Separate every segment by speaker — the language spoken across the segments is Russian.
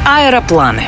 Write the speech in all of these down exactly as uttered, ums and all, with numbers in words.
Speaker 1: Аэропланы.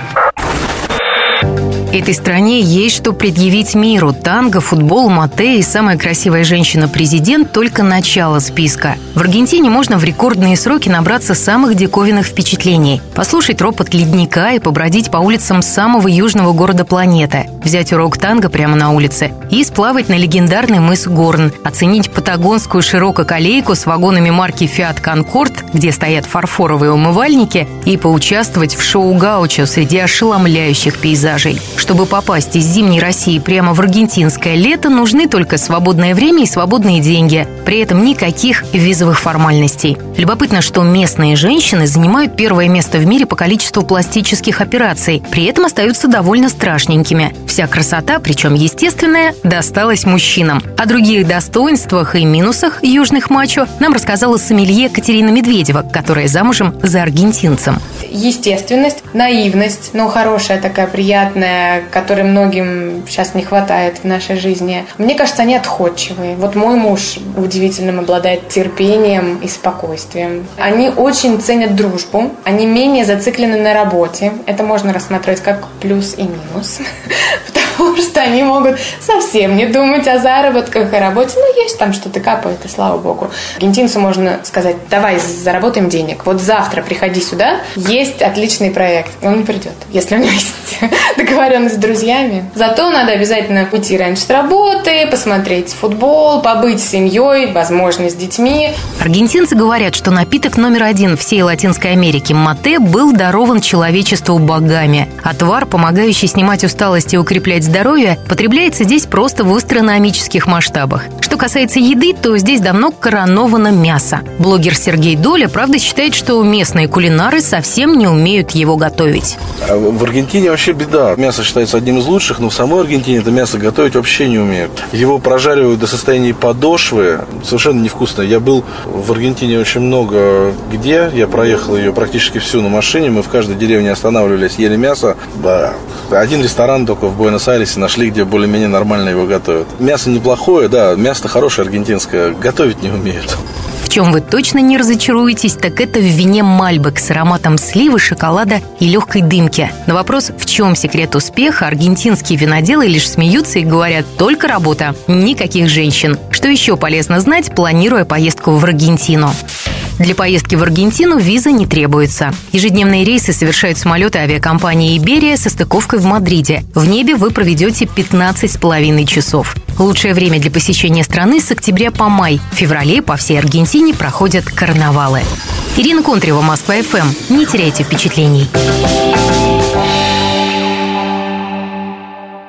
Speaker 2: Этой стране есть что предъявить миру. Танго, футбол, мате и самая красивая женщина-президент – только начало списка. В Аргентине можно в рекордные сроки набраться самых диковинных впечатлений. Послушать ропот ледника и побродить по улицам самого южного города планеты. Взять урок танго прямо на улице. И сплавать на легендарный мыс Горн. Оценить патагонскую ширококолейку с вагонами марки Fiat Concord, где стоят фарфоровые умывальники. И поучаствовать в шоу Гаучо среди ошеломляющих пейзажей. Чтобы попасть из зимней России прямо в аргентинское лето, нужны только свободное время и свободные деньги. При этом никаких визовых формальностей. Любопытно, что местные женщины занимают первое место в мире по количеству пластических операций. При этом остаются довольно страшненькими. Вся красота, причем естественная, досталась мужчинам. О других достоинствах и минусах южных мачо нам рассказала сомелье Катерина Медведева, которая замужем за аргентинцем.
Speaker 3: Естественность, наивность, но хорошая такая, приятная, которой многим сейчас не хватает в нашей жизни. Мне кажется, они отходчивые. Вот мой муж удивительным обладает терпением и спокойствием. Они очень ценят дружбу, они менее зациклены на работе. Это можно рассматривать как плюс и минус, потому что они могут совсем не думать о заработках и работе. Ну, есть там что-то капает, и слава богу. Аргентинцу можно сказать: давай заработаем денег. Вот завтра приходи сюда, есть отличный проект. Он не придет, если у него есть договоренность с друзьями. Зато надо обязательно уйти раньше с работы, посмотреть футбол, побыть с семьей, возможно, с детьми.
Speaker 2: Аргентинцы говорят, что напиток номер один всей Латинской Америки мате был дарован человечеству богами. Отвар, помогающий снимать усталость и укреплять здоровье, потребляется здесь просто в астрономических масштабах. Что касается еды, то здесь давно короновано мясо. Блогер Сергей Доля, правда, считает, что местные кулинары совсем не умеют его готовить.
Speaker 4: В Аргентине вообще беда. Мясо считается одним из лучших, но в самой Аргентине это мясо готовить вообще не умеют. Его прожаривают до состояния подошвы. Совершенно невкусно. Я был в Аргентине очень много где. Я проехал ее практически всю на машине. Мы в каждой деревне останавливались, ели мясо. Да. Один ресторан только в Буэнос-Айресе нашли, где более-менее нормально его готовят. Мясо неплохое, да, мясо хорошее аргентинское. Готовить не умеют.
Speaker 2: В чем вы точно не разочаруетесь, так это в вине Мальбек с ароматом сливы, шоколада и легкой дымки. На вопрос, в чем секрет успеха, аргентинские виноделы лишь смеются и говорят: только работа, никаких женщин. Что еще полезно знать, планируя поездку в Аргентину? Для поездки в Аргентину виза не требуется. Ежедневные рейсы совершают самолеты авиакомпании «Иберия» со стыковкой в Мадриде. В небе вы проведете пятнадцать с половиной часов. Лучшее время для посещения страны с октября по май. В феврале по всей Аргентине проходят карнавалы. Ирина Контрева, Москва эф эм. Не теряйте впечатлений.